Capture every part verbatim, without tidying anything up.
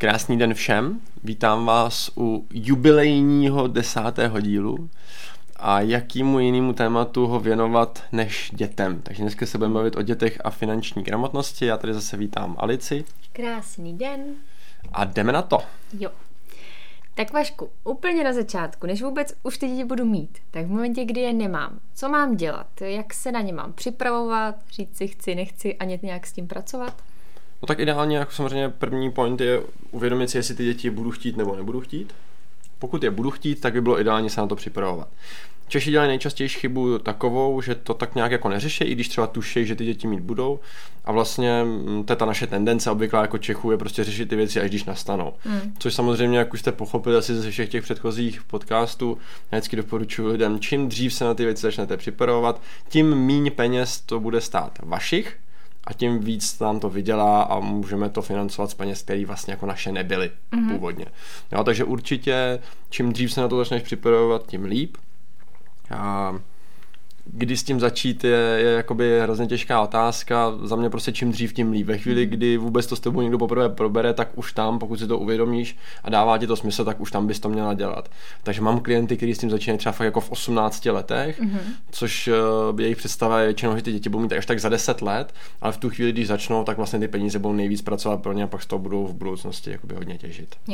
Krásný den všem, vítám vás u jubilejního desátého dílu a jakýmu jinému tématu ho věnovat než dětem. Takže dneska se budeme bavit o dětech a finanční gramotnosti. Já tady zase vítám Alici. Krásný den. A jdeme na to. Jo. Tak Vašku, úplně na začátku, než vůbec už ty děti budu mít, tak v momentě, kdy je nemám, co mám dělat? Jak se na ně mám připravovat, říct si chci, nechci a nějak s tím pracovat? No tak ideálně, jako samozřejmě první point je uvědomit si, jestli ty děti budu chtít nebo nebudu chtít. Pokud je budu chtít, tak by bylo ideálně se na to připravovat. Češi dělají nejčastější chybu takovou, že to tak nějak jako neřeší, i když třeba tuší, že ty děti mít budou. A vlastně to je ta naše tendence obvyklá jako Čechů je prostě řešit ty věci, až když nastanou. Mm. Což samozřejmě, jak už jste pochopili asi ze všech těch předchozích podcastů, já vždycky doporučuji lidem, čím dřív se na ty věci začnete připravovat, tím míň peněz to bude stát vašich a tím víc nám to vydělá a můžeme to financovat z peněz, které vlastně jako naše nebyly mm. původně. Jo, takže určitě, čím dřív se na to začneš připravovat, tím líp. A kdy s tím začít je, je jakoby hrozně těžká otázka. Za mě prostě čím dřív, tím líp. Ve chvíli, kdy vůbec to s tebou někdo poprvé probere, tak už tam, pokud si to uvědomíš a dává ti to smysl, tak už tam bys to měla dělat. Takže mám klienty, kteří s tím začínají třeba fakt jako v osmnácti letech, mm-hmm. což uh, jejich představa je většinou, že ty děti budou mít až tak za deset let, ale v tu chvíli, když začnou, tak vlastně ty peníze budou nejvíc pracovat pro ně a pak z toho budou v budoucnosti jakoby hodně těžit. Jo.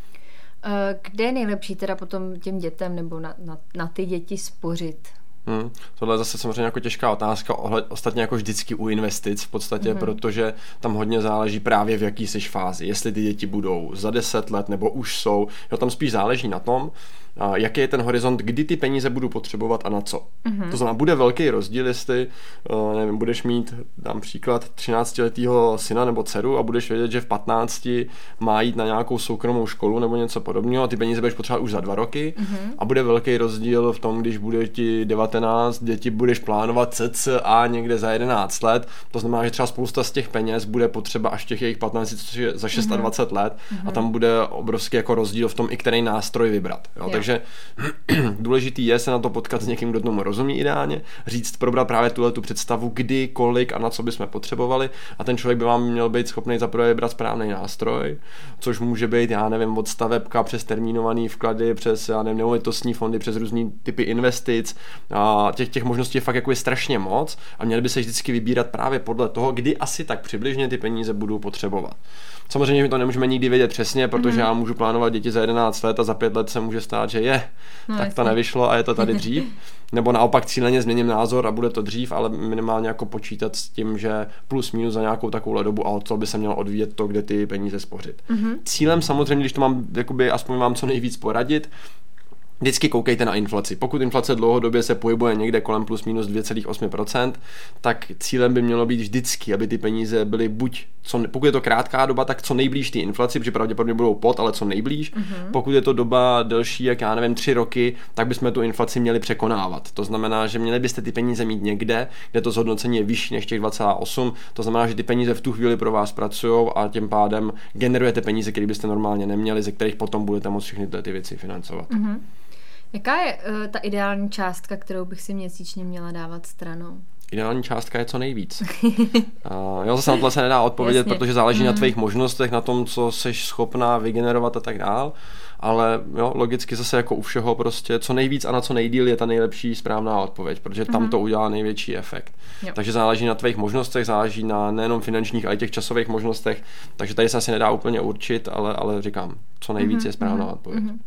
Kde je nejlepší teda potom těm dětem nebo na, na, na ty děti spořit? Hmm. Tohle je zase samozřejmě jako těžká otázka, ohled, ostatně jako vždycky u investic v podstatě, mm-hmm. protože tam hodně záleží právě v jaký jsi fázi, jestli ty děti budou za deset let nebo už jsou, jo, tam spíš záleží na tom, a jaký je ten horizont, kdy ty peníze budu potřebovat a na co. Mm-hmm. To znamená, bude velký rozdíl, jestli uh, nevím, budeš mít, dám příklad, třináctiletýho syna nebo dceru a budeš vědět, že v patnácti má jít na nějakou soukromou školu nebo něco podobného a ty peníze budeš potřebovat už za dva roky mm-hmm. a bude velký rozdíl v tom, když bude ti devatenáct, děti budeš plánovat cca někde za jedenáct let, to znamená, že třeba spousta z těch peněz bude potřeba až těch jejich patnáct, což je za dvacet šest let mm-hmm. a tam bude obrovský jako rozdíl v tom, i který nástroj vybrat. Jo? Takže důležitý je se na to potkat s někým, kdo tomu rozumí ideálně, říct, probrat právě tuhle tu představu, kdy, kolik a na co bychom potřebovali a ten člověk by vám měl být schopný zaprvé vybrat správný nástroj, což může být, já nevím, od stavebka přes termínovaný vklady, přes, já nevím, nemovitostní fondy, přes různý typy investic a těch, těch možností je fakt jako je strašně moc a měli by se vždycky vybírat právě podle toho, kdy asi tak přibližně ty peníze budou potřebovat. Samozřejmě my to nemůžeme nikdy vědět přesně, protože mm. já můžu plánovat děti za jedenáct let a za pět let se může stát, že je, no, tak jasný. To nevyšlo a je to tady dřív. Nebo naopak cíleně změním názor a bude to dřív, ale minimálně jako počítat s tím, že plus minus za nějakou takovou dobu a od toho by se mělo odvíjet to, kde ty peníze spořit. Mm-hmm. Cílem samozřejmě, když to mám, jakoby aspoň vám co nejvíc poradit, vždycky koukejte na inflaci. Pokud inflace dlouhodobě se pohybuje někde kolem plus minus dvě celá osm procenta, tak cílem by mělo být vždycky, aby ty peníze byly buď, co, pokud je to krátká doba, tak co nejblíž té inflaci, protože pravděpodobně budou pod, ale co nejblíž. Mm-hmm. Pokud je to doba delší, jak já nevím, tři roky, tak bychom tu inflaci měli překonávat. To znamená, že měli byste ty peníze mít někde, kde to zhodnocení je vyšší než těch dva celá osm. To znamená, že ty peníze v tu chvíli pro vás pracují a tím pádem generujete peníze, které byste normálně neměli, ze kterých potom budete moct všechny ty věci financovat. Mm-hmm. Jaká je uh, ta ideální částka, kterou bych si měsíčně měla dávat stranou? Ideální částka je co nejvíc. uh, jo, zase na tohle se nedá odpovědět, Jasně. protože záleží mm. na tvých možnostech, na tom, co jsi schopná vygenerovat a tak dál, ale jo, logicky zase jako u všeho prostě co nejvíc a na co nejdýl je ta nejlepší správná odpověď, protože tam mm. to udělá největší efekt. Jo. Takže záleží na tvých možnostech, záleží na nejenom finančních, ale i těch časových možnostech, takže tady se asi nedá úplně určit, ale, ale říkám, co nejvíc mm. je správná mm. odpověď. Mm.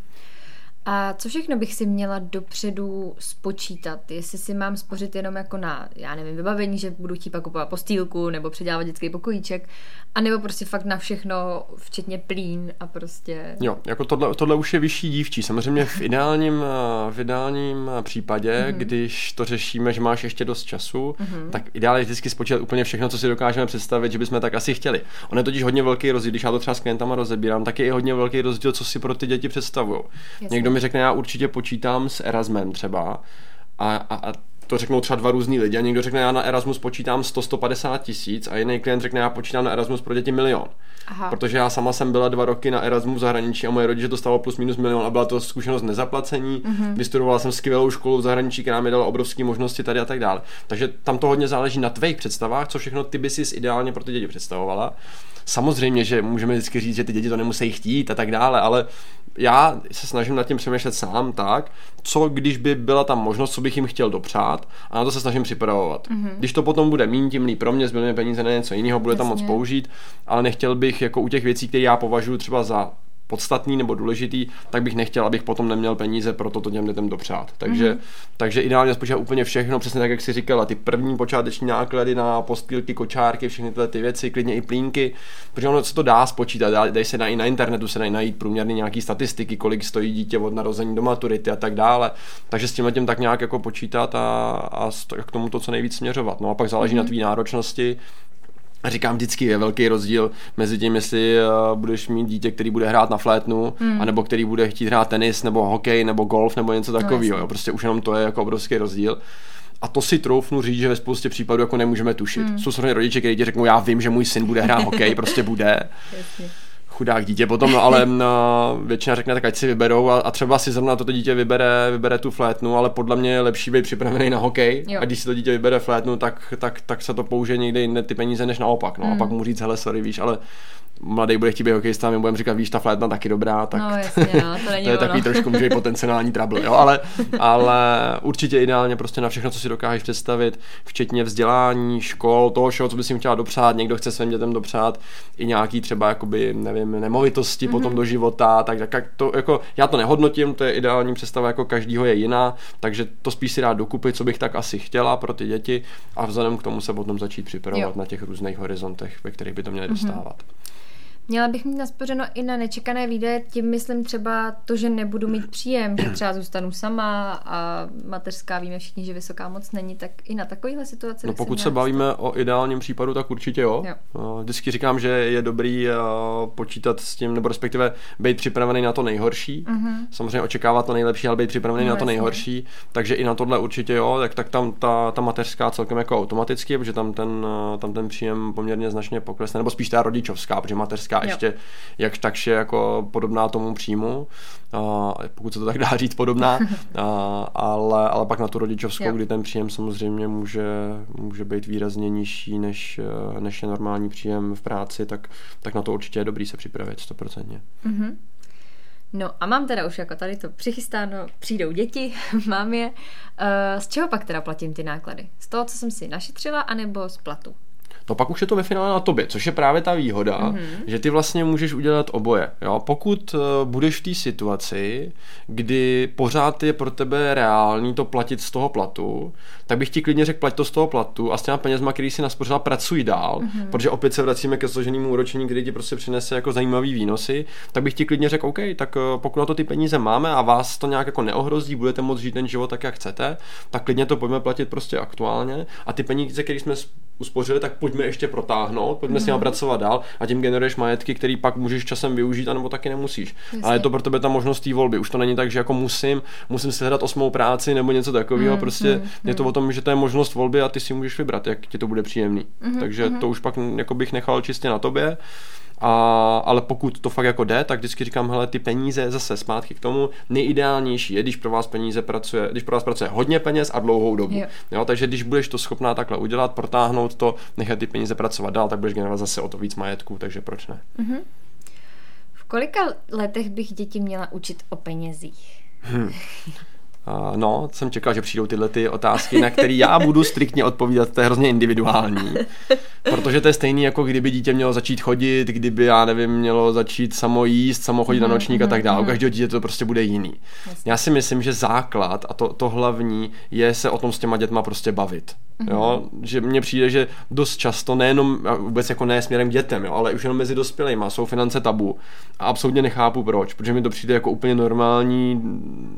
A co všechno bych si měla dopředu spočítat? Jestli si mám spořit jenom jako na, já nevím, vybavení, že budu chtít pak kupovat postýlku nebo předělávat dětský pokojíček, anebo prostě fakt na všechno, včetně plín a prostě... Jo, jako tohle, tohle už je vyšší dívčí. Samozřejmě v ideálním, v ideálním případě, mm-hmm. když to řešíme, že máš ještě dost času, mm-hmm. tak ideálně je vždycky spočítat úplně všechno, co si dokážeme představit, že bychom tak asi chtěli. On je totiž hodně velký rozdíl, když já to třeba s klientama rozebírám, tak je i hodně velký rozdíl, co si pro ty děti představují. Někdo mi řekne, já určitě počítám s Erasmem třeba a, a, a to řeknou třeba dva různý lidi a někdo řekne, já na Erasmus počítám sto až sto padesát tisíc a jiný klient řekne, já počítám na Erasmus pro děti milion. Aha. Protože já sama jsem byla dva roky na Erasmu v zahraničí a moje rodiče dostalo plus minus milion a byla to zkušenost nezaplacení. Mm-hmm. Vystudovala jsem skvělou školu v zahraničí, která mi dala obrovské možnosti tady a tak dále. Takže tam to hodně záleží na tvých představách, co všechno ty by si ideálně pro ty děti představovala. Samozřejmě, že můžeme vždycky říct, že ty děti to nemusí chtít a tak dále, ale já se snažím nad tím přemýšlet sám tak, co když by byla tam možnost, co bych jim chtěl dopřát a na to se snažím připravovat. Mm-hmm. Když to potom bude míň, tím líp pro mě, zbyly mi peníze na něco jiného, bude Jasně. tam moc použít, ale nechtěl bych jako u těch věcí, které já považuji třeba za podstatný nebo důležitý, tak bych nechtěl, abych potom neměl peníze pro to těm dětem dopřát. Takže, mm-hmm. takže ideálně spočítá úplně všechno, přesně tak, jak jsi říkala, ty první počáteční náklady na postýlky, kočárky, všechny tyhle ty věci, klidně i plínky, protože ono se to dá spočítat, dá, dají se na, i na internetu, se dají najít průměrný nějaký statistiky, kolik stojí dítě od narození do maturity a tak dále. Takže s tím tím tak nějak jako počítat a, a k tomu to co nejvíc směřovat. No a pak záleží mm-hmm. na tvý náročnosti. Říkám vždycky, je velký rozdíl mezi tím, jestli uh, budeš mít dítě, který bude hrát na flétnu, hmm. anebo který bude chtít hrát tenis, nebo hokej, nebo golf, nebo něco takového. No, prostě už jenom to je jako obrovský rozdíl. A to si troufnu říct, že ve spoustě případů jako nemůžeme tušit. Hmm. Jsou samozřejmě rodiče, kteří ti řeknou, já vím, že můj syn bude hrát hokej, prostě bude. Jasně. Chudák dítě potom, no, ale no, většina řekne, tak ať si vyberou a, a třeba si zrovna toto dítě vybere, vybere tu flétnu, ale podle mě je lepší být připravený na hokej jo. a když si to dítě vybere flétnu, tak, tak, tak se to použije někde jinde ty peníze než naopak, no mm. a pak mu říct, hele sorry, víš, ale mladý bude chtít být hokejista, my budeme říkat, víš, ta flétna taky dobrá, tak no, jasně, no, to, není to je ono. Takový trošku může být potenciální trouble, jo, ale, ale určitě ideálně prostě na všechno, co si dokážeš představit, včetně vzdělání, škol, toho všeho, co bys jim chtěla dopřát, někdo chce svým dětem dopřát i nějaký třeba jakoby, nevím, nemovitosti mm-hmm. potom do života, tak, tak to jako, já to nehodnotím, to je ideální představa, jako každýho je jiná, takže to spíš si dát dokupy, co bych tak asi chtěla pro ty děti a vzhledem k tomu se potom začít připravovat jo. na těch různých horizontech, ve kterých by to měly mm-hmm. dostávat. Měla bych mít naspořeno i na nečekané výdaje, tím myslím třeba to, že nebudu mít příjem, že třeba zůstanu sama a mateřská, víme všichni, že vysoká moc není, tak i na takovýhle situaci. No pokud se bavíme stát. O ideálním případu, tak určitě jo. jo. Vždycky říkám, že je dobrý počítat s tím, nebo respektive být připravený na to nejhorší. Uh-huh. Samozřejmě očekávat to nejlepší, ale být připravený no, na to nejhorší. Takže i na tohle určitě jo, tak, tak tam ta, ta mateřská celkem jako automaticky, protože tam ten, tam ten příjem poměrně značně poklesne, nebo spíš ta rodičovská, protože mateřská ještě jo. jak takž je jako podobná tomu příjmu, uh, pokud se to tak dá říct podobná, uh, ale, ale pak na tu rodičovskou, jo. kdy ten příjem samozřejmě může, může být výrazně nižší než, než je normální příjem v práci, tak, tak na to určitě je dobrý se připravit stoprocentně. Mm-hmm. No a mám teda už jako tady to přichystáno, přijdou děti, mám je. Uh, z čeho pak teda platím ty náklady? Z toho, co jsem si našetřila, anebo z platu? No pak už je to ve finále na tobě, což je právě ta výhoda, mm-hmm. že ty vlastně můžeš udělat oboje. Jo? Pokud uh, budeš v té situaci, kdy pořád je pro tebe reálný to platit z toho platu, tak bych ti klidně řekl, plať to z toho platu a s těma penězma, který si naspořila, pracuj dál, mm-hmm. protože opět se vracíme ke složenému úročení, který ti prostě přinese jako zajímavý výnosy, tak bych ti klidně řekl, OK, tak uh, pokud na to ty peníze máme a vás to nějak jako neohrozí, budete moct žít ten život tak, jak chcete, tak klidně to pojďme platit prostě aktuálně a ty peníze, které jsme uspořili, tak pojďme ještě protáhnout, pojďme mm-hmm. s nimi pracovat dál a tím generuješ majetky, který pak můžeš časem využít, anebo taky nemusíš. Jasně. Ale je to pro tebe ta možnost té volby. Už to není tak, že jako musím, musím si hledat osmou práci nebo něco takového, mm-hmm. prostě mm-hmm. je to o tom, že to je možnost volby a ty si můžeš vybrat, jak ti to bude příjemný. Mm-hmm. Takže mm-hmm. to už pak jako bych nechal čistě na tobě. A, ale pokud to fakt jako jde, tak vždycky říkám, hele, ty peníze zase zpátky k tomu, nejideálnější je, když pro vás peníze pracuje, když pro vás pracuje hodně peněz a dlouhou dobu. Jo. Jo, takže když budeš to schopná takhle udělat, protáhnout to, nechat ty peníze pracovat dál, tak budeš generovat zase o to víc majetku, takže proč ne? Mm-hmm. V kolika letech bych děti měla učit o penězích? Hmm. Uh, no, jsem čekal, že přijdou tyhle ty otázky, na které já budu striktně odpovídat, to je hrozně individuální, protože to je stejný, jako kdyby dítě mělo začít chodit, kdyby, já nevím, mělo začít samo jíst, samo chodit mm, na nočník mm, a tak dále, u každého dítě to prostě bude jiný. Jasně. Já si myslím, že základ a to, to hlavní je se o tom s těma dětma prostě bavit. Mm. Jo? Že mně přijde, že dost často, nejenom vůbec jako ne směrem k dětem, jo? ale už jenom mezi dospělejma jsou finance tabu a absolutně nechápu proč, protože mi to přijde jako úplně normální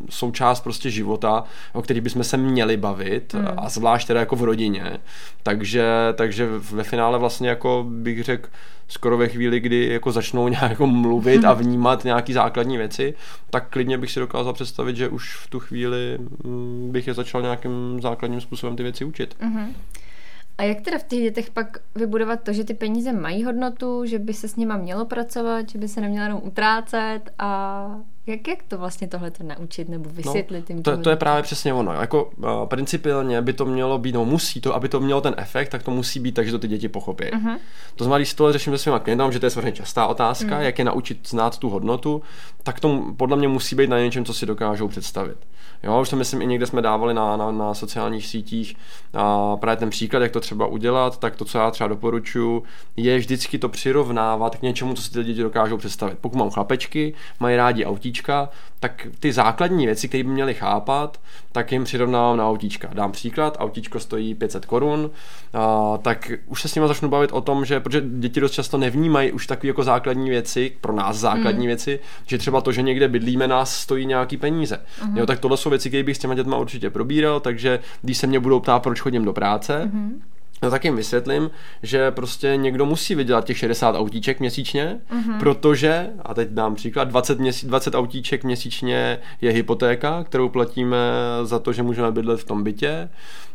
součást prostě života, o kterých bychom se měli bavit mm. a zvlášť teda jako v rodině. Takže, takže ve finále vlastně jako bych řekl skoro ve chvíli, kdy jako začnou nějak jako mluvit mm. a vnímat nějaký základní věci, tak klidně bych si dokázal představit, že už v tu chvíli bych je začal nějakým základním způsobem ty věci učit. Mm. A jak teda v těch dětech pak vybudovat to, že ty peníze mají hodnotu, že by se s nima mělo pracovat, že by se nemělo jenom utrácet a jak, jak to vlastně tohleto naučit nebo vysvětlit jim? No, to, to je právě přesně ono. Jako uh, principiálně by to mělo být, no musí to, aby to mělo ten efekt, tak to musí být tak, že to ty děti pochopí. Uh-huh. To znamená, když tohle řeším se svýma klientama, že to je samozřejmě častá otázka, uh-huh. jak je naučit znát tu hodnotu, tak to podle mě musí být na něčem, co si dokážou představit. Jo, už to myslím i někde jsme dávali na, na, na sociálních sítích a právě ten příklad, jak to třeba udělat, tak to, co já třeba doporučuji, je vždycky to přirovnávat k něčemu, co si ty děti dokážou představit. Pokud mám chlapečky, mají rádi autíčka, tak ty základní věci, které by měli chápat, tak jim přirovnávám na autíčka. Dám příklad, autíčko stojí pět set korun, a, tak už se s nimi začnu bavit o tom, že protože děti dost často nevnímají už takové jako základní věci, pro nás základní mm. věci, že třeba to, že někde bydlíme, nás stojí nějaký peníze. Mm. Jo, tak tohle jsou věci, které bych s těma dětma určitě probíral, takže když se mě budou ptát, proč chodím do práce, mm. no tak jim vysvětlím, že prostě někdo musí vydělat těch šedesát autíček měsíčně, uh-huh. protože, a teď dám příklad, dvacet, měsíc, dvacet autíček měsíčně je hypotéka, kterou platíme za to, že můžeme bydlet v tom bytě.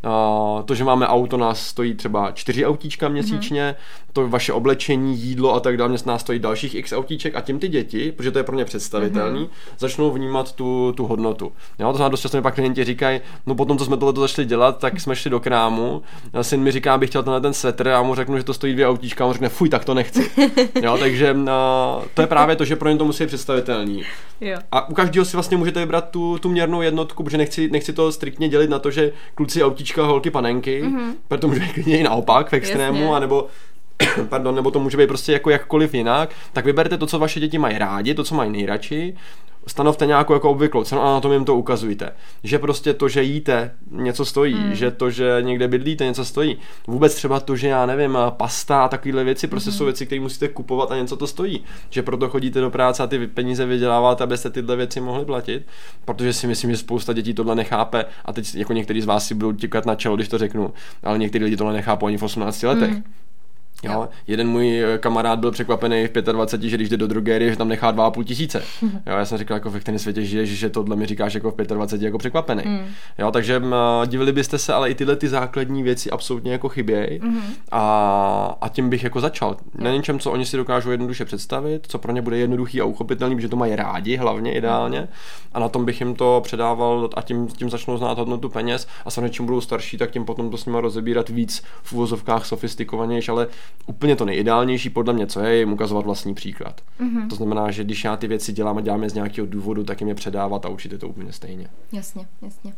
A to, že máme auto, nás stojí třeba čtyři autíčka měsíčně, uh-huh. to vaše oblečení, jídlo a tak dále nás stojí dalších x autíček a tím ty děti, protože to je pro ně představitelný, uh-huh. začnou vnímat tu, tu hodnotu. Jo, to znamená, dost často mi pak klienti říkají, no potom, co jsme tohleto začali dělat, tak jsme šli do krámu, syn mi říká, bych chtěl tenhle ten svetr a mu řeknu, že to stojí dvě autíčka a on řekne, fuj, tak to nechci. Jo, takže uh, to je právě to, že pro ně to musí být představitelný. Jo. A u každého si vlastně můžete vybrat tu, tu měrnou jednotku, protože nechci, nechci to striktně dělit na to, že kluci autíčka, holky panenky, mm-hmm. protože může být klidně i naopak v extrému, Jasně. anebo pardon, nebo to může být prostě jako jakkoliv jinak, tak vyberte to, co vaše děti mají rádi, to, co mají nejradši, stanovte nějakou jako obvyklou cenu a na tom jim to ukazujte. Že prostě to, že jíte, něco stojí, mm. že to, že někde bydlíte, něco stojí. Vůbec třeba to, že já nevím, pasta a takovéhle věci, prostě mm. jsou věci, které musíte kupovat a něco to stojí. Že proto chodíte do práce a ty peníze vyděláváte, abyste tyhle věci mohli platit, protože si myslím, že spousta dětí tohle nechápe a teď jako některý z vás si budou tikat na čelo, když to řeknu, ale některý lidi tohle nechápou ani v osmnácti letech. Mm. Jo. Jo. Jeden můj kamarád byl překvapený v dvaceti pěti, že když jde do drogerie, že tam nechá dva a půl tisíce. Jo, já jsem říkal, jako ve kterém světě žiješ, že tohle mi říkáš jako v dvaceti pěti jako překvapený. Mm. Jo, takže m, divili byste se, ale i tyhle ty základní věci absolutně jako chybějí. Mm. A, a tím bych jako začal. Na něčem, co oni si dokážou jednoduše představit, co pro ně bude jednoduchý a uchopitelný, protože to mají rádi, hlavně ideálně. A na tom bych jim to předával a tím, tím začnou znát hodnotu peněz. A samozřejmě čím budou starší, tak tím potom to s nimi rozebírat víc v uvozovkách sofistikovanější, ale úplně to nejideálnější podle mě, co je, jim ukazovat vlastní příklad. Mm-hmm. To znamená, že když já ty věci dělám a dělám je z nějakého důvodu, tak jim je předávat a učit je to úplně stejně. Jasně, jasně.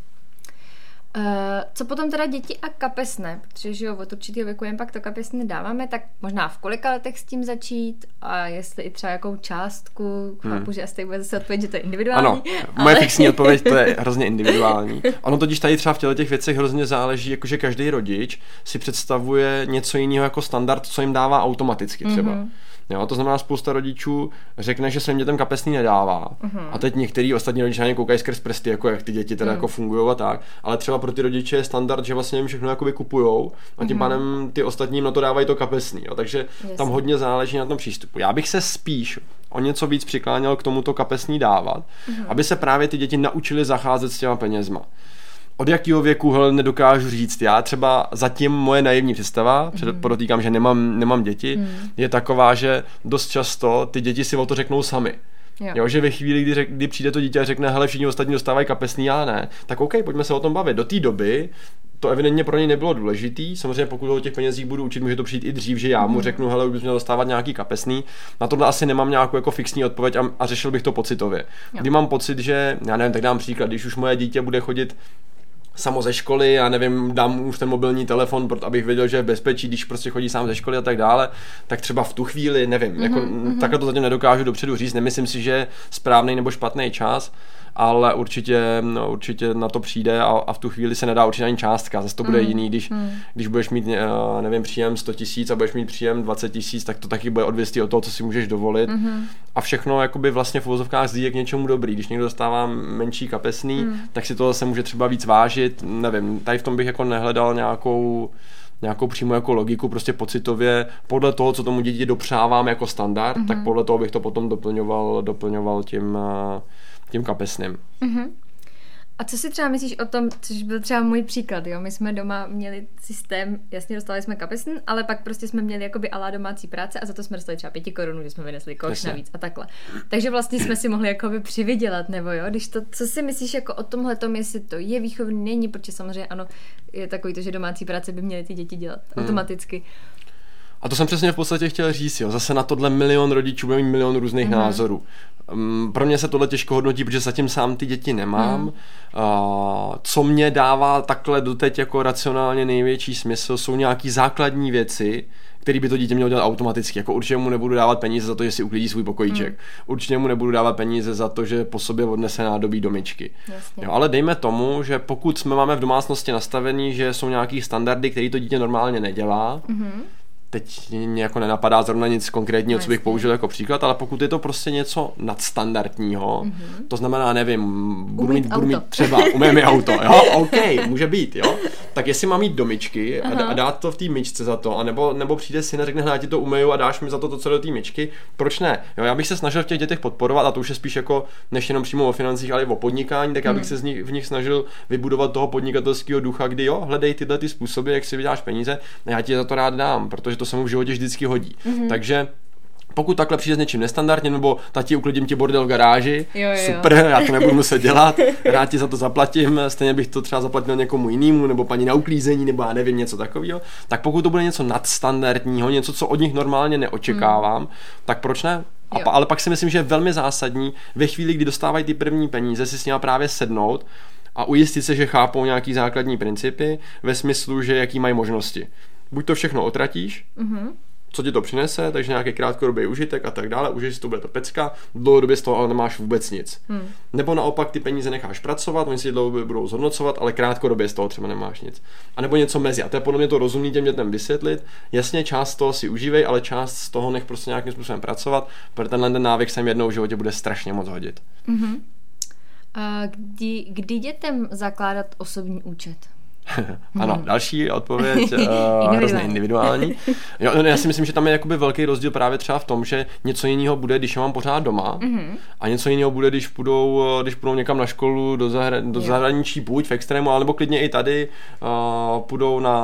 Uh, co potom teda děti a kapesné, protože že jo, od určitého věku jen pak to kapesné dáváme, tak možná v kolika letech s tím začít a jestli i třeba jakou částku, chápu, hmm. že asi bude zase odpověď, že to je individuální. Ano, ale... moje fixní odpověď, to je hrozně individuální. Ono totiž tady třeba v těchto těch věcech hrozně záleží, jakože každý rodič si představuje něco jiného jako standard, co jim dává automaticky třeba. Mm-hmm. Jo, to znamená, spousta rodičů řekne, že svým dětem kapesný nedává. Uh-huh. A teď některý ostatní rodiče na ně koukají skrz prsty, jako jak ty děti teda uh-huh. jako fungují a tak. Ale třeba pro ty rodiče je standard, že vlastně jim všechno jakoby kupujou a tím uh-huh. pádem ty ostatní na to dávají to kapesný. Jo. Takže Jasně. tam hodně záleží na tom přístupu. Já bych se spíš o něco víc přikláněl k tomuto kapesný dávat, uh-huh. aby se právě ty děti naučily zacházet s těma penězma. Od jakého věku, hele, nedokážu říct. Já třeba zatím moje naivní představa, mm. podotýkám, že nemám, nemám děti, mm. je taková, že dost často ty děti si o to řeknou sami. Jo. Jo, že ve chvíli, kdy, řek, kdy přijde to dítě a řekne, hele, všichni ostatní dostávají kapesný, já ne, tak OK, pojďme se o tom bavit. Do té doby to evidentně pro něj nebylo důležitý. Samozřejmě pokud o těch penězích budu učit, může to přijít i dřív, že já mu řeknu, hele, už bys měl dostávat nějaký kapesný. Na tohle asi nemám nějakou jako fixní odpověď a, a řešil bych to pocitově. Jo. Kdy mám pocit, že, já nevím, tak dám příklad, když už moje dítě bude chodit samo ze školy, já nevím, dám už ten mobilní telefon, abych věděl, že je v bezpečí, když prostě chodí sám ze školy a tak dále, tak třeba v tu chvíli, nevím, mm-hmm, jako, mm-hmm. takhle to zatím nedokážu dopředu říct, nemyslím si, že je správný nebo špatný čas, ale určitě, no, určitě na to přijde a, a v tu chvíli se nedá určitě ani částka, zase to bude mm. jiný, když, mm. když budeš mít, nevím, příjem sto tisíc a budeš mít příjem dvacet tisíc, tak to taky bude odvěstí od toho, co si můžeš dovolit mm. a všechno jakoby vlastně v uvozovkách zdí je k něčemu dobrý, když někdo dostává menší kapesný, mm. tak si to zase může třeba víc vážit, nevím, tady v tom bych jako nehledal nějakou nějakou přímo jako logiku, prostě pocitově podle toho, co tomu dítě dopřávám jako standard, mm-hmm. tak podle toho bych to potom doplňoval, doplňoval tím, tím kapesným. Mm-hmm. A co si třeba myslíš o tom, což byl třeba můj příklad, jo? My jsme doma měli systém, jasně dostali jsme kapesn, ale pak prostě jsme měli jakoby alá domácí práce a za to jsme dostali třeba pěti korun, že jsme vynesli koš jasně. navíc a takhle. Takže vlastně jsme si mohli jakoby přivydělat, nebo jo? Když to, co si myslíš jako o tomhletom, jestli to je výchovný, není, protože samozřejmě ano, je takový to, že domácí práce by měly ty děti dělat hmm. automaticky. A to jsem přesně v podstatě chtěl říct, jo. Zase na tohle milion rodičů bude mít milion různých mm. názorů. Um, pro mě se tohle těžko hodnotí, protože zatím sám ty děti nemám. Mm. Uh, co mě dává takhle doteď jako racionálně největší smysl, jsou nějaký základní věci, který by to dítě mělo dělat automaticky. Jako určitě mu nebudu dávat peníze za to, že si uklidí svůj pokojíček. Mm. Určitě mu nebudu dávat peníze za to, že po sobě odnese nádobí do myčky. Jo, ale dejme tomu, že pokud jsme máme v domácnosti nastavený, že jsou nějaký standardy, který to dítě normálně nedělá, mm. teď mě jako nenapadá zrovna nic konkrétního, co bych použil jako příklad, ale pokud je to prostě něco nadstandardního, mm-hmm. to znamená, nevím, budu mít, budu mít třeba, umím mi auto, jo, OK, může být, jo, tak jestli mám jít do myčky a, a dát to v té myčce za to, anebo, nebo přijde syn a řekne, hle, já ti to umeju a dáš mi za to to, co do té myčky, proč ne? Jo, já bych se snažil v těch dětech podporovat, a to už je spíš jako, než jenom přímo o financích, ale i o podnikání, tak já bych mm. se z nich, v nich snažil vybudovat toho podnikatelského ducha, kdy jo, hledej tyhle ty způsoby, jak si vyděláš peníze, a já ti za to rád dám, protože to se mu v životě vždycky hodí. Mm-hmm. Takže pokud takhle přijde s něčím nestandardně, nebo tati, uklidím ti bordel v garáži, jo, jo. super, já to nebudu muset dělat, rád ti za to zaplatím, stejně bych to třeba zaplatil někomu jinému, nebo paní na uklízení, nebo já nevím, něco takového, tak pokud to bude něco nadstandardního, něco, co od nich normálně neočekávám, hmm. tak proč ne? A pa, ale pak si myslím, že je velmi zásadní ve chvíli, kdy dostávají ty první peníze, si s nimi právě sednout a ujistit se, že chápou nějaký základní principy ve smyslu, že jaký mají možnosti. Buď to všechno otratíš, mm-hmm. co ti to přinese, takže nějaký krátkodobý užitek a tak dále, užiješ si to, bude to pecka, dlouhodobě z toho ale nemáš vůbec nic. Hmm. Nebo naopak ty peníze necháš pracovat, oni si dlouhodobě budou zhodnocovat, ale krátkodobě z toho třeba nemáš nic. A nebo něco mezi. A to je podle mě to rozumný těm dětem vysvětlit. Jasně, část z toho si užívej, ale část z toho nech prostě nějakým způsobem pracovat, protože tenhle ten návyk se jim jednou v životě bude strašně moc hodit. Mm-hmm. A kdy, kdy dětem zakládat osobní účet? Ano, další odpověď, uh, hrozně individuální. Jo, já si myslím, že tam je jakoby velký rozdíl právě třeba v tom, že něco jiného bude, když je mám pořád doma, mm-hmm. a něco jiného bude, když půjdou, když půjdou někam na školu, do, zahra- do zahraničí, buď v extrému, alebo klidně i tady, uh, půjdou na,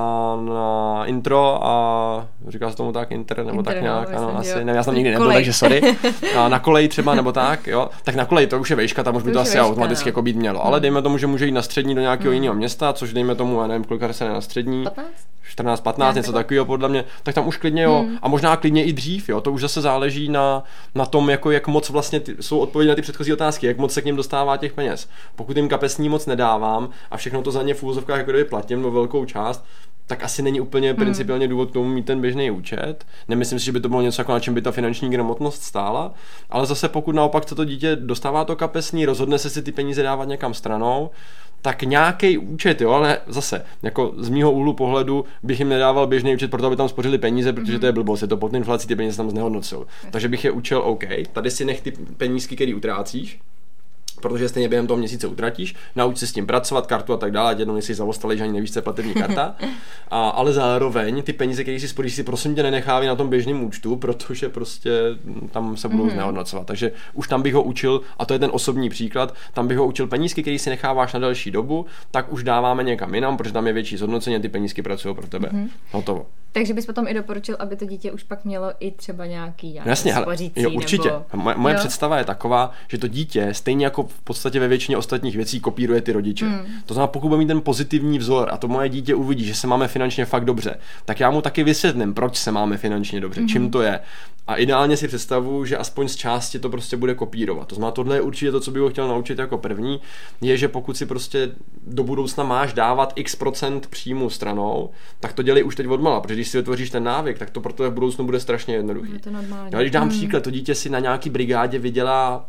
na intro a říká se tomu tak, inter, nebo inter, tak nějak, no, ano, asi, nevím, já jsem nikdy nebyl, takže sorry, a na koleji třeba, nebo tak, jo, tak na koleji to už je vejška, tam už by to, to asi automaticky no. jako být mělo, ale dejme tomu, že může jít na střední do nějakého mm. jiného města, což dejme tomu, já nevím, kolik se na střední, čtrnáct patnáct, něco takového podle mě, tak tam už klidně jo, hmm. a možná klidně i dřív, jo, to už zase záleží na, na tom, jako jak moc vlastně ty, jsou odpovědi na ty předchozí otázky, jak moc se k ním dostává těch peněz. Pokud jim kapesní moc nedávám a všechno to za ně v úvozovkách jako kdyby platím, no velkou část, tak asi není úplně hmm. principiálně důvod k tomu mít ten běžný účet. Nemyslím si, že by to bylo něco, jako na čem by ta finanční gramotnost stála, ale zase pokud naopak to dítě dostává to kapesní, rozhodne se si ty peníze dávat někam stranou, tak nějaký účet, jo, ale zase, jako z mýho úhlu pohledu bych jim nedával běžný účet, proto aby tam spořili peníze, protože to je blbost, je to pod inflací, ty peníze tam znehodnocil. Takže bych je učil, OK, tady si nech ty penízky, který utrácíš, protože stejně během toho měsíce utratíš, nauč se s tím pracovat, kartu a tak dále, jednou nejsi zavostalý, že ani nevíš, co je platební karta, a, ale zároveň ty peníze, které si spoříš, si prosím tě nenechávej na tom běžném účtu, protože prostě tam se budou mm-hmm. znehodnocovat. Takže už tam bych ho učil, a to je ten osobní příklad, tam bych ho učil penízky, které si necháváš na delší dobu, tak už dáváme někam jinam, protože tam je větší zhodnocení a ty penízky pracují pro tebe. Mm-hmm. Hotovo. Takže bys potom i doporučil, aby to dítě už pak mělo i třeba nějaký jasně, spořící, jo, určitě. Nebo... Moje, moje představa je taková, že to dítě stejně jako v podstatě ve většině ostatních věcí kopíruje ty rodiče. Mm. To znamená, pokud bude mít ten pozitivní vzor a to moje dítě uvidí, že se máme finančně fakt dobře, tak já mu taky vysvětlím, proč se máme finančně dobře, mm. čím to je. A ideálně si představuju, že aspoň z části to prostě bude kopírovat. To znamená, tohle je určitě to, co bych ho chtěl naučit jako první, je, že pokud si prostě do budoucna máš dávat x procent příjmu stranou, tak to dělej už teď odmala, protože když si vytvoříš ten návyk, tak to pro tebe v budoucnu bude strašně jednoduchý. Je to normální. Já když dám mm. příklad, to dítě si na nějaký brigádě vydělá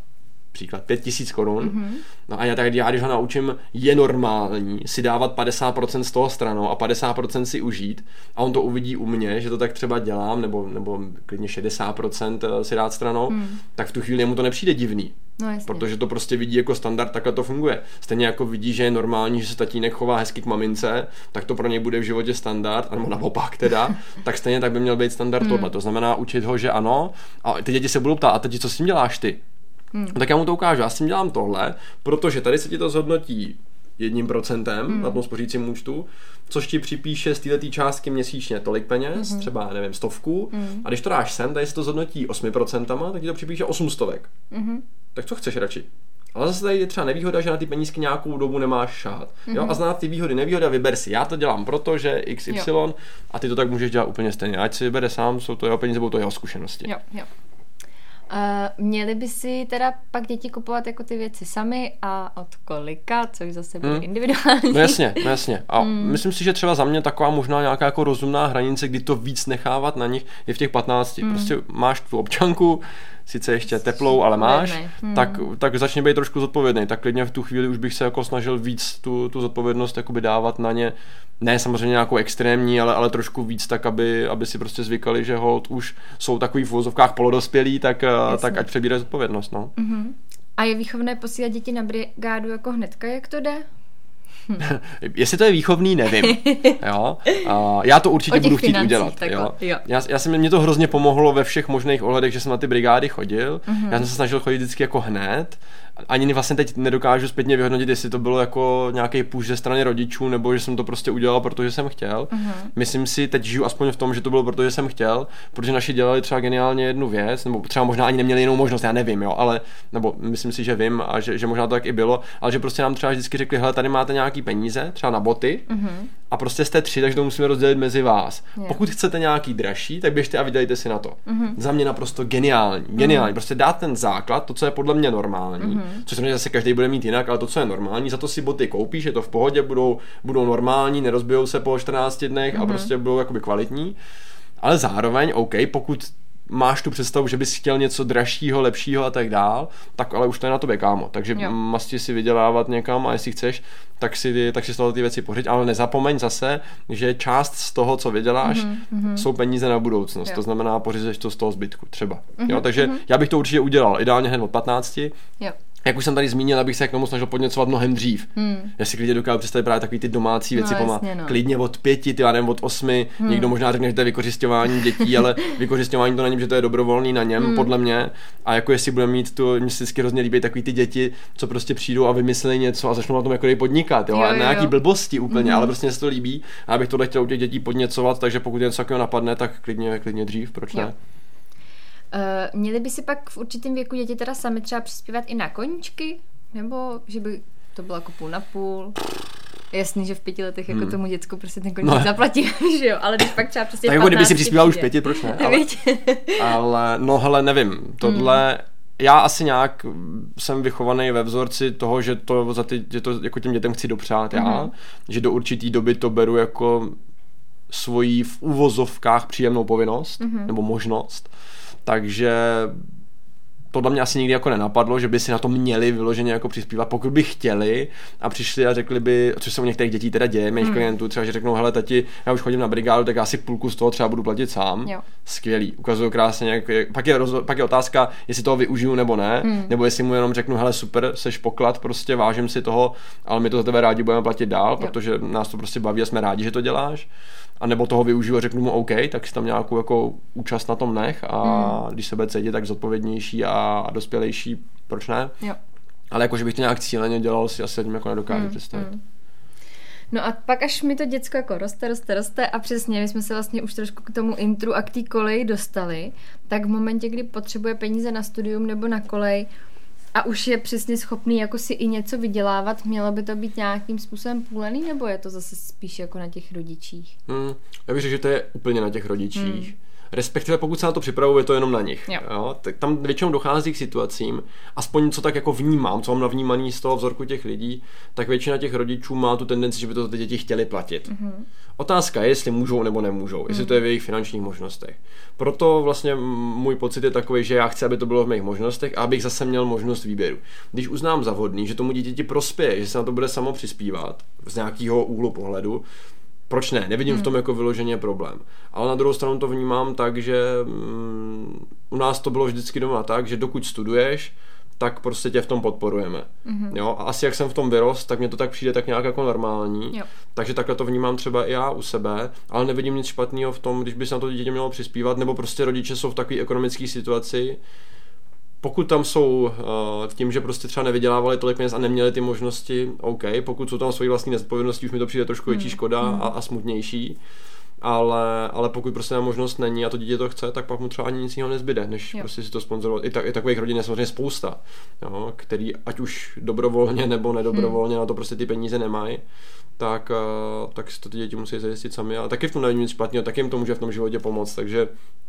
příklad pět tisíc korun, mm-hmm. no a já, tak, já když ho naučím, je normální si dávat padesát procent z toho stranou a padesát procent si užít a on to uvidí u mě, že to tak třeba dělám, nebo, nebo klidně šedesát procent si dát stranou, mm. tak v tu chvíli mu to nepřijde divný. No, protože to prostě vidí jako standard, takhle to funguje. Stejně jako vidí, že je normální, že se tatínek chová hezky k mamince, tak to pro něj bude v životě standard, nebo naopak teda, tak stejně tak by měl být standard mm. tohle. To znamená učit ho, že ano, a ty děti se budou ptát, a teď co s tím děláš ty? Hmm. Tak já mu to ukážu, já s tím dělám tohle, protože tady se ti to zhodnotí jedním procentem hmm. na tom spořícím účtu, což ti připíše z této částky měsíčně tolik peněz, hmm. třeba, nevím, stovku, hmm. a když to dáš sem, tady se to zhodnotí osmi procentama, tak ti to připíše osm stovek. Hmm. Tak co chceš radši? Ale zase tady je třeba nevýhoda, že na ty penízky nějakou dobu nemáš šát. Mm-hmm. Jo? A znát ty výhody, nevýhody a vyber si. Já to dělám proto, že iks ypsilon jo. a ty to tak můžeš dělat úplně stejně. Ať si vybere sám, jsou to jeho peníze, budou to jeho zkušenosti. Jo, jo. Uh, měli by si teda pak děti kupovat jako ty věci sami a od kolika, což zase bude hmm. individuální. No jasně, no jasně. A hmm. myslím si, že třeba za mě taková možná nějaká jako rozumná hranice, kdy to víc nechávat na nich, je v těch patnácti. Hmm. Prostě máš tu občanku, sice ještě teplou, ale máš, hmm. tak, tak začne být trošku zodpovědný. Tak klidně v tu chvíli už bych se jako snažil víc tu, tu zodpovědnost jakoby dávat na ně. Ne samozřejmě nějakou extrémní, ale, ale trošku víc tak, aby, aby si prostě zvykali, že hold už jsou takový v uvozovkách polodospělí, tak, tak ať přebírají zodpovědnost. No. Uh-huh. A je výchovné posílat děti na brigádu jako hnedka, jak to jde? Hm. Jestli to je výchovný, nevím. Jo? A já to určitě budu chtít udělat. Jo? Jo. Já, já jsem, mě to hrozně pomohlo ve všech možných ohledech, že jsem na ty brigády chodil. Uh-huh. Já jsem se snažil chodit vždycky jako hned. Ani vlastně teď nedokážu zpětně vyhodnotit, jestli to bylo jako nějaký push ze strany rodičů, nebo že jsem to prostě udělal, protože jsem chtěl. Uh-huh. Myslím si, teď žiju aspoň v tom, že to bylo, protože jsem chtěl, protože naši dělali třeba geniálně jednu věc, nebo třeba možná ani neměli jinou možnost, já nevím, jo, ale nebo myslím si, že vím a že, že možná to tak i bylo, ale že prostě nám třeba vždycky řekli, hele, tady máte nějaký peníze, třeba na boty, uh-huh. a prostě jste tři, takže to musíme rozdělit mezi vás. Yeah. Pokud chcete nějaký dražší, tak běžte a vydělejte si na to. Uh-huh. Za mě naprosto geniální, geniální. Uh-huh. Prostě dát ten základ, to, co je podle mě normální. Uh-huh. Což samozřejmě zase každý bude mít jinak, ale to, co je normální, za to si boty koupíš, je to v pohodě, budou, budou normální, nerozbijou se po čtrnácti dnech mm-hmm. a prostě budou jakoby kvalitní. Ale zároveň, OK, pokud máš tu představu, že bys chtěl něco dražšího, lepšího a tak dál, tak ale už to je na tobě, kámo. Takže jo. masti si vydělávat někam a jestli chceš, tak si, tak si z toho ty věci pořiď, ale nezapomeň zase, že část z toho, co vyděláš, mm-hmm. jsou peníze na budoucnost. Jo. To znamená, pořizeš to z toho zbytku třeba. Mm-hmm. Jo, takže mm-hmm. já bych to určitě udělal, ideálně hned od patnácti. Jo. Jak už jsem tady zmínil, abych se k tomu snažil podněcovat mnohem dřív. Hmm. Já si klidně dokážu představit právě takový ty domácí věci, no, jasně, no. klidně od pěti, ty já nevím, od osmi, hmm. někdo možná řekne, že to je vykořisťování dětí, ale vykořisťování to není, že to je dobrovolný na něm, hmm. podle mě. A jako jestli budeme mít tu, mně se vždycky hrozně líbí takový ty děti, co prostě přijdou a vymyslí něco a začnou na tom jako podnikat, jo, jo, jo. na nějaký blbosti úplně, hmm. ale prostě se to líbí. A já bych tohle chtěl u těch dětí podněcovat, takže pokud něco takového napadne, tak klidně, klidně dřív, proč ne? Uh, měli by si pak v určitém věku děti teda sami třeba přispívat i na koníčky? Nebo že by to bylo jako půl na půl? Jasný, že v pěti letech jako hmm. tomu děcku prostě ten koníček no. zaplatí, že jo, ale když pak třeba prostě tak jako kdyby si přispíval už pěti, proč ne? Ale, ale no hele, nevím, tohle... Hmm. Já asi nějak jsem vychovaný ve vzorci toho, že to, za ty, že to jako těm dětem chci dopřát já, mm-hmm. že do určitý doby to beru jako svoji v uvozovkách příjemnou povinnost, mm-hmm. nebo možnost. Takže tohle mě asi nikdy jako nenapadlo, že by si na to měli vyloženě jako přispívat, pokud by chtěli a přišli a řekli by, což se u některých dětí teda děje, mých hmm. klientů, třeba že řeknou, hele tati, já už chodím na brigádu, tak já si půlku z toho třeba budu platit sám. Jo. Skvělý, ukazuju krásně, jak, pak, je roz, pak je otázka, jestli toho využiju nebo ne, hmm. nebo jestli mu jenom řeknu, hele super, seš poklad, prostě vážím si toho, ale my to za tebe rádi budeme platit dál, jo. protože nás to prostě baví a jsme rádi, že to děláš. A nebo toho využiju a řeknu mu OK, tak si tam nějakou jako účast na tom nech a mm. když se bude cítit tak zodpovědnější a, a dospělejší, proč ne? Jo. Ale jako, že bych to nějak cíleně dělal, si asi tím jako nedokážu mm. představit. Mm. No a pak až mi to děcko jako roste, roste, roste a přesně, my jsme se vlastně už trošku k tomu intru a k té koleji dostali, tak v momentě, kdy potřebuje peníze na studium nebo na kolej, a už je přesně schopný jako si i něco vydělávat, mělo by to být nějakým způsobem půlený, nebo je to zase spíš jako na těch rodičích? Hmm, já bych řekl, že to je úplně na těch rodičích. Hmm. respektive pokud se na to připravují, je to jenom na nich. Jo. Jo? Tak tam většinou dochází k situacím, aspoň co tak jako vnímám, co mám navnímaný z toho vzorku těch lidí, tak většina těch rodičů má tu tendenci, že by to ty děti chtěli platit. Mm-hmm. Otázka je, jestli můžou nebo nemůžou, jestli mm. to je v jejich finančních možnostech. Proto vlastně můj pocit je takový, že já chci, aby to bylo v mých možnostech a abych zase měl možnost výběru. Když uznám za vhodný, že tomu dítěti prospěje, že se na to bude samo přispívat z nějakého úhlu pohledu, proč ne? Nevidím hmm. v tom jako vyloženě problém. Ale na druhou stranu to vnímám tak, že mm, u nás to bylo vždycky doma tak, že dokud studuješ, tak prostě tě v tom podporujeme. Mm-hmm. Jo? A asi jak jsem v tom vyrost, tak mě to tak přijde tak nějak jako normální. Jo. Takže takhle to vnímám třeba i já u sebe, ale nevidím nic špatného v tom, když by se na to dítě mělo přispívat, nebo prostě rodiče jsou v takové ekonomické situaci, pokud tam jsou uh, tím, že prostě třeba nevydělávali tolik peněz a neměli ty možnosti, OK, pokud jsou tam svojí vlastní nezodpovědnosti, už mi to přijde trošku větší mm. škoda mm. A, a smutnější, ale, ale pokud prostě ta možnost není a to dítě to chce, tak pak mu třeba ani nic jiného nezbyde, než jo. prostě si to sponzorovat. I, ta, i takových rodin je samozřejmě spousta, jo, který ať už dobrovolně nebo nedobrovolně mm. na to prostě ty peníze nemají, tak, uh, tak si to ty děti musí zajistit sami, ale taky v tom nevím nic špatného, taky jim to může v tom životě pomoct, takže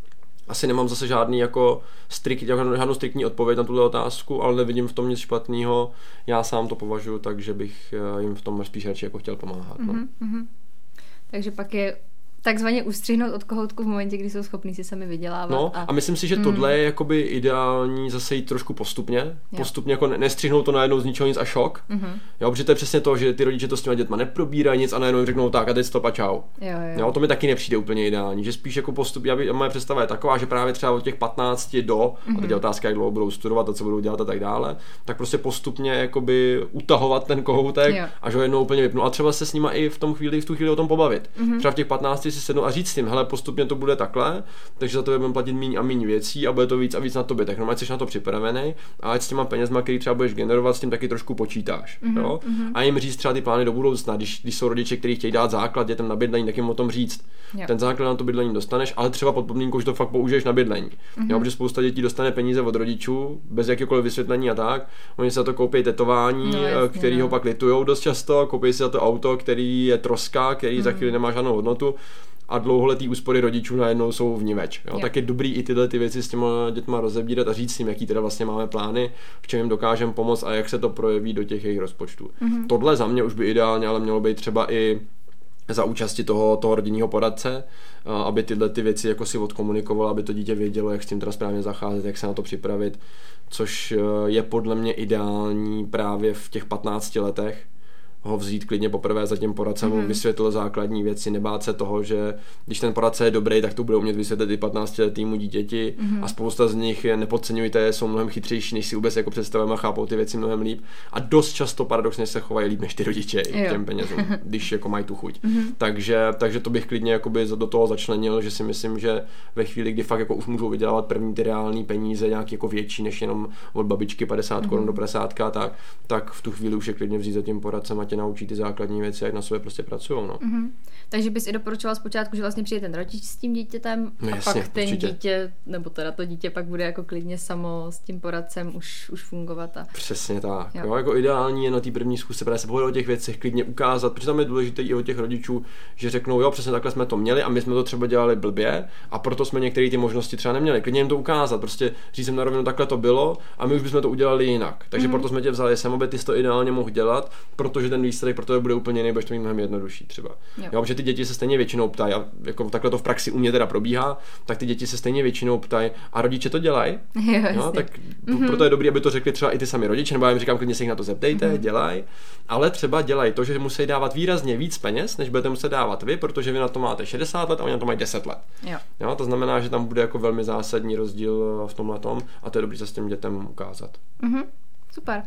asi nemám zase žádný jako strikt, žádnou striktní odpověď na tuhle otázku, ale nevidím v tom nic špatného. Já sám to považuji tak, že bych jim v tom spíš radši jako chtěl pomáhat. No. Mm-hmm. Takže pak je takzvaně ustřihnout od kohoutku v momentě, kdy jsou schopní si sami vydělávat. No a, a myslím si, že mm. tohle je jakoby ideální zase jít trošku postupně. Jo. Postupně jako nestřihnout to najednou z ničeho nic a šok. Mm-hmm. Jo, protože to je přesně to, že ty rodiče to s těma dětma neprobírají nic a najednou řeknou tak a teď stop a čau. Jo, jo. Jo, to mi taky nepřijde úplně ideální, že spíš jako postup, já by, moje představa je taková, že právě třeba od těch patnácti do, mm-hmm. a teď je otázka, jak dlouho budou studovat a co budou dělat a tak dále, tak prostě postupně jakoby utahovat ten kohoutek, jo. až ho jednou úplně vypnu a třeba se s nima i v tom chvíli, v tu chvíli o tom pobavit. Mm-hmm. Třeba v těch patnácti si sednu a říct tím, hele, postupně to bude takhle, takže za to budeme platit míň a míň věcí a bude to víc a víc na tobě, tak no, ať jsi na to připravený a ať s těma penězma, který třeba budeš generovat, s tím taky trošku počítáš. Mm-hmm, jo? Mm-hmm. A jim říct třeba ty plány do budoucna, když, když jsou rodiče, kteří chtějí dát základ dětem na bydlení, tak jim o tom říct. Jo. Ten základ na to bydlení dostaneš, ale třeba pod podmínkou, že to fakt použiješ na bydlení. Mm-hmm. Jo, protože spousta dětí dostane peníze od rodičů bez jakékoliv vysvětlení a tak. Oni si za to koupí tetování, no, jasně, který no. ho pak litujou dost často, koupí si za to auto, který je troska, který mm-hmm. za chvíli nemá žádnou hodnotu. A dlouholetý úspory rodičů najednou jsou vniveč. Jo? Tak je dobrý i tyhle ty věci s těma dětma rozebírat a říct jim, jaký teda vlastně máme plány, v čem jim dokážeme pomoct a jak se to projeví do těch jejich rozpočtů. Mm-hmm. Tohle za mě už by ideálně ale mělo být třeba i za účasti toho, toho rodinného poradce, aby tyhle ty věci jako si odkomunikoval, aby to dítě vědělo, jak s tím teda správně zacházet, jak se na to připravit, což je podle mě ideální právě v těch patnácti letech, ho vzít klidně poprvé za tím poradcem, mm-hmm. vysvětlil základní věci, nebát se toho, že když ten poradce je dobrý, tak to bude umět vysvětlit i patnáctiletýmu dítěti mm-hmm. a spousta z nich je nepodceňujte, jsou mnohem chytřejší, než si vůbec jako představujeme a chápou ty věci mnohem líp a dost často paradoxně se chovají líp než ty rodiče i těm penězům, když jako mají tu chuť. Mm-hmm. Takže, takže to bych klidně jakoby do toho začlenil, že si myslím, že ve chvíli, kdy fakt jako už můžou vydělávat první ty reální peníze, nějaký jako větší než jenom od babičky padesát korun mm-hmm. do prasátka, tak, tak v tu chvíli už je klidně vzít za tím poradcem a tě naučí ty základní věci, jak na sobě prostě pracují. No. Mm-hmm. Takže bys i doporučoval zpočátku, že vlastně přijde ten rodič s tím dítětem no, a jasně, pak ten určitě. dítě, nebo teda to dítě pak bude jako klidně samo s tím poradcem už, už fungovat. A... Přesně tak. Jo. Jo, jako ideální je na té první zkusce právě se povědět o těch věcech, klidně ukázat, protože tam je důležité i od těch rodičů, že řeknou, jo, přesně takhle jsme to měli a my jsme to třeba dělali blbě a proto jsme některé ty možnosti třeba neměli. Klidně jim to ukázat, prostě říct jim na rovinu, takhle to bylo a my už bychom to udělali jinak. Takže mm-hmm. proto jsme tě vzali sem, aby ty to ideálně mohl dělat, protože ten výsledek pro tebe bude úplně jiný, budeš to mít mnohem jednodušší třeba. Jo. Jo, protože ty děti se stejně většinou ptají, a jako takhle to v praxi u mě teda probíhá, tak ty děti se stejně většinou ptají, a rodiče to dělají? Jo, jo, tak mm-hmm. proto je dobré, aby to řekli třeba i ty sami rodiče, nebo já jim říkám, klidně se jich na to zeptejte, mm-hmm. dělaj, ale třeba dělají to, že musí dávat výrazně víc peněz, než budete muset dávat vy, protože vy na to máte šedesát let a oni na to mají deset let. Jo. Jo, to znamená, že tam bude jako velmi zásadní rozdíl v tomhletom a to je dobré se s těm dětem ukázat. Mm-hmm. Super.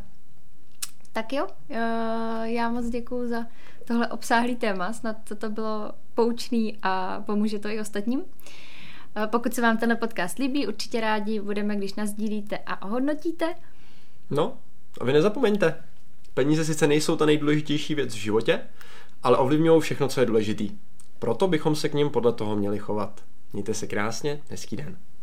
Tak jo, já moc děkuju za tohle obsáhlý téma, snad to bylo poučný a pomůže to i ostatním. Pokud se vám ten podcast líbí, určitě rádi budeme, když nás sdílíte a ohodnotíte. No, a vy nezapomeňte, peníze sice nejsou ta nejdůležitější věc v životě, ale ovlivňují všechno, co je důležitý. Proto bychom se k nim podle toho měli chovat. Mějte se krásně, hezký den.